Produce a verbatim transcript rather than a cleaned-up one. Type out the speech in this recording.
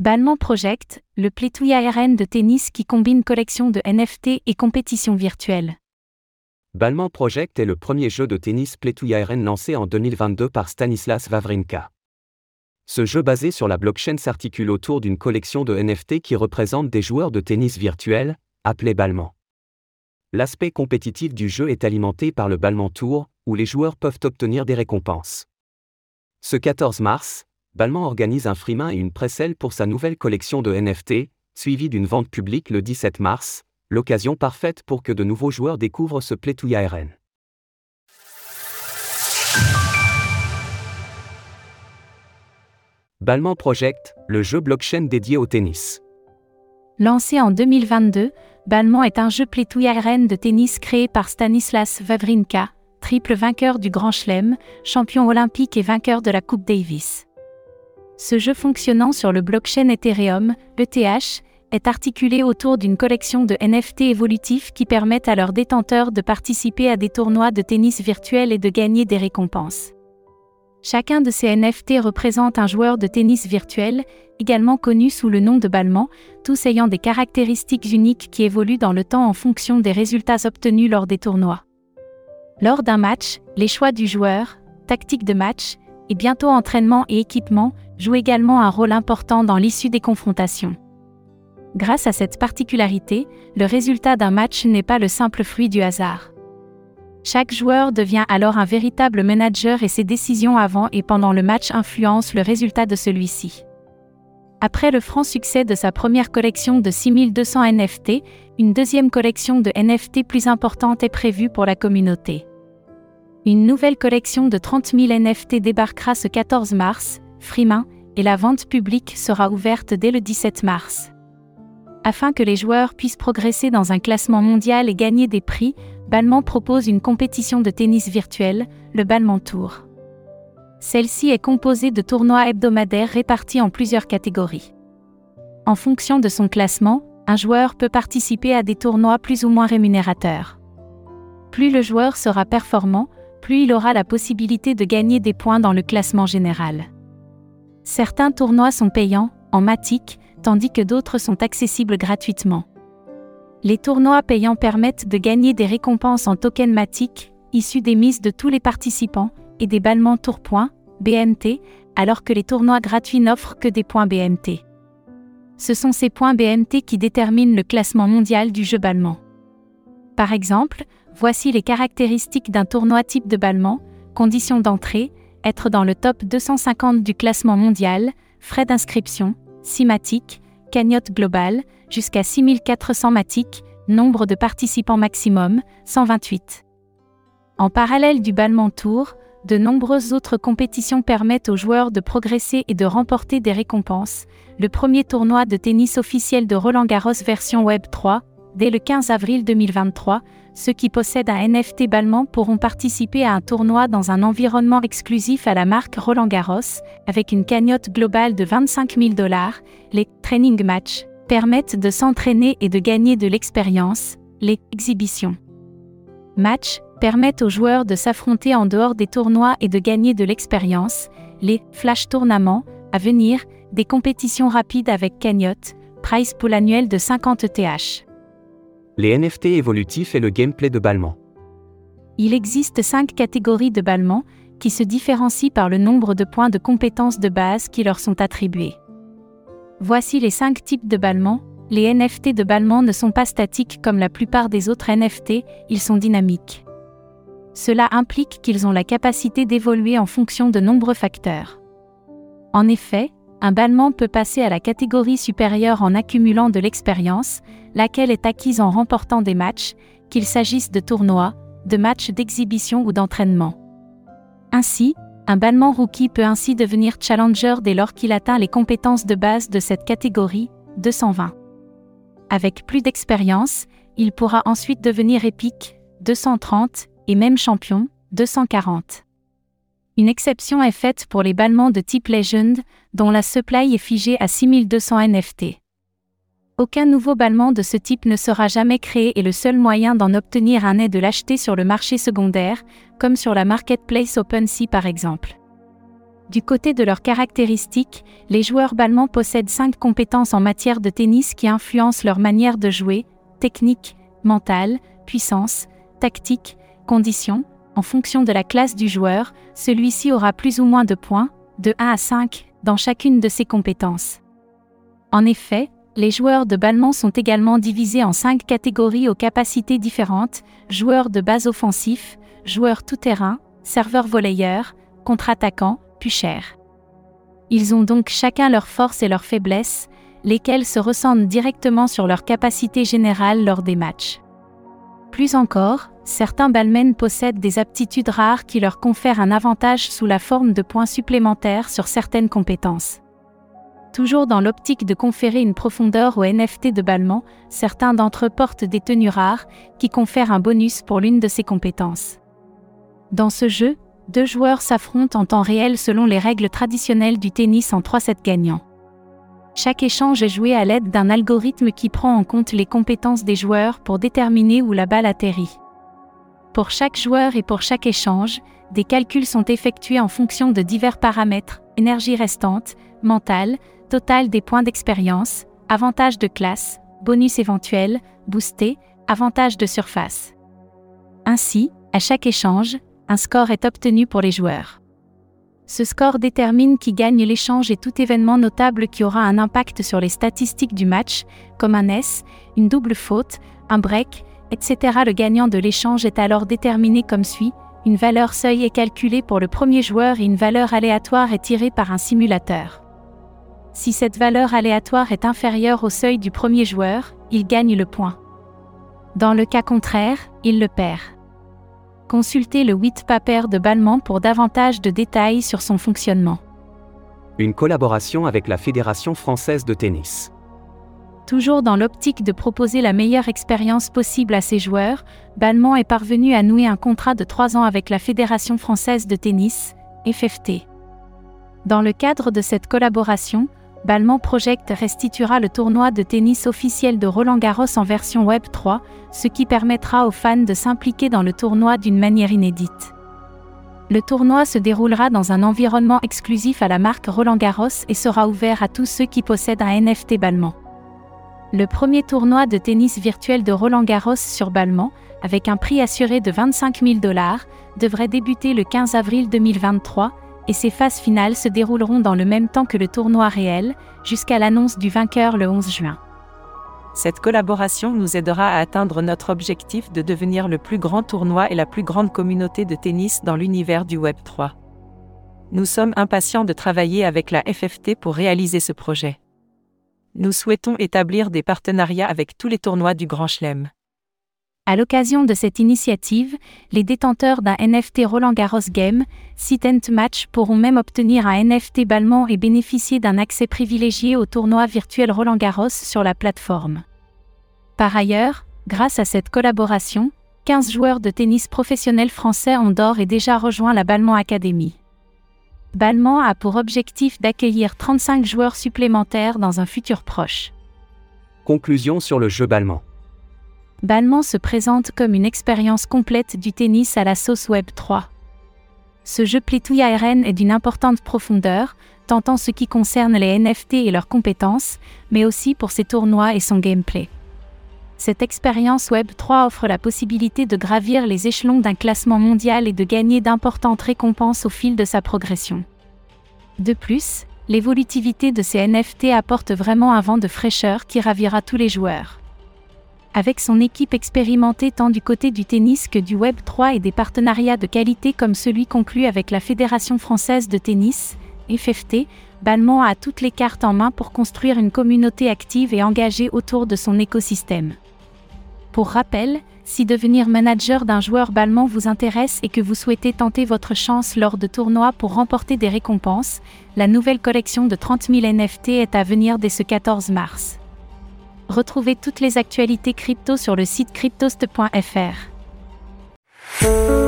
Balmain Project, le play-to-earn de tennis qui combine collection de N F T et compétition virtuelle. Balmain Project est le premier jeu de tennis play-to-earn lancé en deux mille vingt-deux par Stanislas Wawrinka. Ce jeu basé sur la blockchain s'articule autour d'une collection de N F T qui représentent des joueurs de tennis virtuels, appelés Balmain. L'aspect compétitif du jeu est alimenté par le Balmain Tour, où les joueurs peuvent obtenir des récompenses. Ce quatorze mars, Balmain organise un free-main et une pré-sale pour sa nouvelle collection de N F T, suivie d'une vente publique le dix-sept mars, l'occasion parfaite pour que de nouveaux joueurs découvrent ce play-to-earn. Balmain Project, le jeu blockchain dédié au tennis. Lancé en deux mille vingt-deux, Balmain est un jeu play-to-earn de tennis créé par Stanislas Wawrinka, triple vainqueur du Grand Chelem, champion olympique et vainqueur de la Coupe Davis. Ce jeu fonctionnant sur le blockchain Ethereum, E T H, est articulé autour d'une collection de N F T évolutifs qui permettent à leurs détenteurs de participer à des tournois de tennis virtuels et de gagner des récompenses. Chacun de ces N F T représente un joueur de tennis virtuel, également connu sous le nom de Balmain, tous ayant des caractéristiques uniques qui évoluent dans le temps en fonction des résultats obtenus lors des tournois. Lors d'un match, les choix du joueur, tactique de match, et bientôt entraînement et équipement, jouent également un rôle important dans l'issue des confrontations. Grâce à cette particularité, le résultat d'un match n'est pas le simple fruit du hasard. Chaque joueur devient alors un véritable manager et ses décisions avant et pendant le match influencent le résultat de celui-ci. Après le franc succès de sa première collection de six mille deux cents N F T, une deuxième collection de N F T plus importante est prévue pour la communauté. Une nouvelle collection de trente mille N F T débarquera ce quatorze mars, free-main, et la vente publique sera ouverte dès le dix-sept mars. Afin que les joueurs puissent progresser dans un classement mondial et gagner des prix, Balmain propose une compétition de tennis virtuel, le Balmain Tour. Celle-ci est composée de tournois hebdomadaires répartis en plusieurs catégories. En fonction de son classement, un joueur peut participer à des tournois plus ou moins rémunérateurs. Plus le joueur sera performant, plus il aura la possibilité de gagner des points dans le classement général. Certains tournois sont payants, en Matic, tandis que d'autres sont accessibles gratuitement. Les tournois payants permettent de gagner des récompenses en tokens Matic, issus des mises de tous les participants, et des Balmain Tour points, B M T, alors que les tournois gratuits n'offrent que des points B M T. Ce sont ces points B M T qui déterminent le classement mondial du jeu Balmain. Par exemple, voici les caractéristiques d'un tournoi type de Balmain: conditions d'entrée, être dans le top deux cent cinquante du classement mondial, frais d'inscription, six Matic, cagnotte globale, jusqu'à six mille quatre cents Matic, nombre de participants maximum, cent vingt-huit. En parallèle du Balmain Tour, de nombreuses autres compétitions permettent aux joueurs de progresser et de remporter des récompenses. Le premier tournoi de tennis officiel de Roland-Garros version Web trois, dès le quinze avril deux mille vingt-trois, ceux qui possèdent un N F T Balmain pourront participer à un tournoi dans un environnement exclusif à la marque Roland-Garros, avec une cagnotte globale de vingt-cinq mille dollars. Les training matchs permettent de s'entraîner et de gagner de l'expérience. Les exhibitions matchs permettent aux joueurs de s'affronter en dehors des tournois et de gagner de l'expérience. Les flash tournaments, à venir, des compétitions rapides avec cagnotte, prize pool annuel de cinquante E T H. Les N F T évolutifs et le gameplay de Balmain. Il existe cinq catégories de Balmain, qui se différencient par le nombre de points de compétences de base qui leur sont attribués. Voici les cinq types de Balmain. Les N F T de Balmain ne sont pas statiques comme la plupart des autres N F T, ils sont dynamiques. Cela implique qu'ils ont la capacité d'évoluer en fonction de nombreux facteurs. En effet, un Balmain peut passer à la catégorie supérieure en accumulant de l'expérience, laquelle est acquise en remportant des matchs, qu'il s'agisse de tournois, de matchs d'exhibition ou d'entraînement. Ainsi, un Balmain rookie peut ainsi devenir challenger dès lors qu'il atteint les compétences de base de cette catégorie, deux cent vingt. Avec plus d'expérience, il pourra ensuite devenir épique, deux cent trente, et même champion, deux cent quarante. Une exception est faite pour les Balmain de type Legend, dont la supply est figée à six mille deux cents N F T. Aucun nouveau Balmain de ce type ne sera jamais créé et le seul moyen d'en obtenir un est de l'acheter sur le marché secondaire, comme sur la marketplace OpenSea par exemple. Du côté de leurs caractéristiques, les joueurs balmans possèdent cinq compétences en matière de tennis qui influencent leur manière de jouer: technique, mentale, puissance, tactique, condition. En fonction de la classe du joueur, celui-ci aura plus ou moins de points, de un à cinq, dans chacune de ses compétences. En effet, les joueurs de balmans sont également divisés en cinq catégories aux capacités différentes: joueurs de base offensif, joueurs tout-terrain, serveurs volleyeurs, contre-attaquants, pushers. Ils ont donc chacun leurs forces et leurs faiblesses, lesquelles se ressentent directement sur leur capacité générale lors des matchs. Plus encore, certains ballmen possèdent des aptitudes rares qui leur confèrent un avantage sous la forme de points supplémentaires sur certaines compétences. Toujours dans l'optique de conférer une profondeur au N F T de balmans, certains d'entre eux portent des tenues rares, qui confèrent un bonus pour l'une de ces compétences. Dans ce jeu, deux joueurs s'affrontent en temps réel selon les règles traditionnelles du tennis en trois sets gagnants. Chaque échange est joué à l'aide d'un algorithme qui prend en compte les compétences des joueurs pour déterminer où la balle atterrit. Pour chaque joueur et pour chaque échange, des calculs sont effectués en fonction de divers paramètres: énergie restante, mentale, total des points d'expérience, avantage de classe, bonus éventuel, boosté, avantage de surface. Ainsi, à chaque échange, un score est obtenu pour les joueurs. Ce score détermine qui gagne l'échange et tout événement notable qui aura un impact sur les statistiques du match, comme un S, une double faute, un break, et cetera. Le gagnant de l'échange est alors déterminé comme suit: une valeur seuil est calculée pour le premier joueur et une valeur aléatoire est tirée par un simulateur. Si cette valeur aléatoire est inférieure au seuil du premier joueur, il gagne le point. Dans le cas contraire, il le perd. Consultez le white paper de balmans pour davantage de détails sur son fonctionnement. Une collaboration avec la Fédération française de tennis. Toujours dans l'optique de proposer la meilleure expérience possible à ses joueurs, Balmans est parvenu à nouer un contrat de trois ans avec la Fédération française de tennis, F F T. Dans le cadre de cette collaboration, Balmans Project restituera le tournoi de tennis officiel de Roland-Garros en version Web trois, ce qui permettra aux fans de s'impliquer dans le tournoi d'une manière inédite. Le tournoi se déroulera dans un environnement exclusif à la marque Roland-Garros et sera ouvert à tous ceux qui possèdent un N F T Balmans. Le premier tournoi de tennis virtuel de Roland-Garros sur Balmans, avec un prix assuré de vingt-cinq mille dollars, devrait débuter le quinze avril deux mille vingt-trois, et ses phases finales se dérouleront dans le même temps que le tournoi réel, jusqu'à l'annonce du vainqueur le onze juin. Cette collaboration nous aidera à atteindre notre objectif de devenir le plus grand tournoi et la plus grande communauté de tennis dans l'univers du Web trois. Nous sommes impatients de travailler avec la F F T pour réaliser ce projet. Nous souhaitons établir des partenariats avec tous les tournois du Grand Chelem. À l'occasion de cette initiative, les détenteurs d'un N F T Roland-Garros Game, Sit and Match pourront même obtenir un N F T Balmans et bénéficier d'un accès privilégié au tournoi virtuel Roland-Garros sur la plateforme. Par ailleurs, grâce à cette collaboration, quinze joueurs de tennis professionnels français ont d'ores et déjà rejoint la Balmans Academy. Balmans a pour objectif d'accueillir trente-cinq joueurs supplémentaires dans un futur proche. Conclusion sur le jeu Balmans. Balmans se présente comme une expérience complète du tennis à la sauce Web trois. Ce jeu Play to Earn est d'une importante profondeur, tant en ce qui concerne les N F T et leurs compétences, mais aussi pour ses tournois et son gameplay. Cette expérience Web trois offre la possibilité de gravir les échelons d'un classement mondial et de gagner d'importantes récompenses au fil de sa progression. De plus, l'évolutivité de ces N F T apporte vraiment un vent de fraîcheur qui ravira tous les joueurs. Avec son équipe expérimentée tant du côté du tennis que du Web trois et des partenariats de qualité comme celui conclu avec la Fédération française de tennis, F F T, Balmans a toutes les cartes en main pour construire une communauté active et engagée autour de son écosystème. Pour rappel, si devenir manager d'un joueur Balmans vous intéresse et que vous souhaitez tenter votre chance lors de tournois pour remporter des récompenses, la nouvelle collection de trente mille N F T est à venir dès ce quatorze mars. Retrouvez toutes les actualités crypto sur le site cryptost point f r.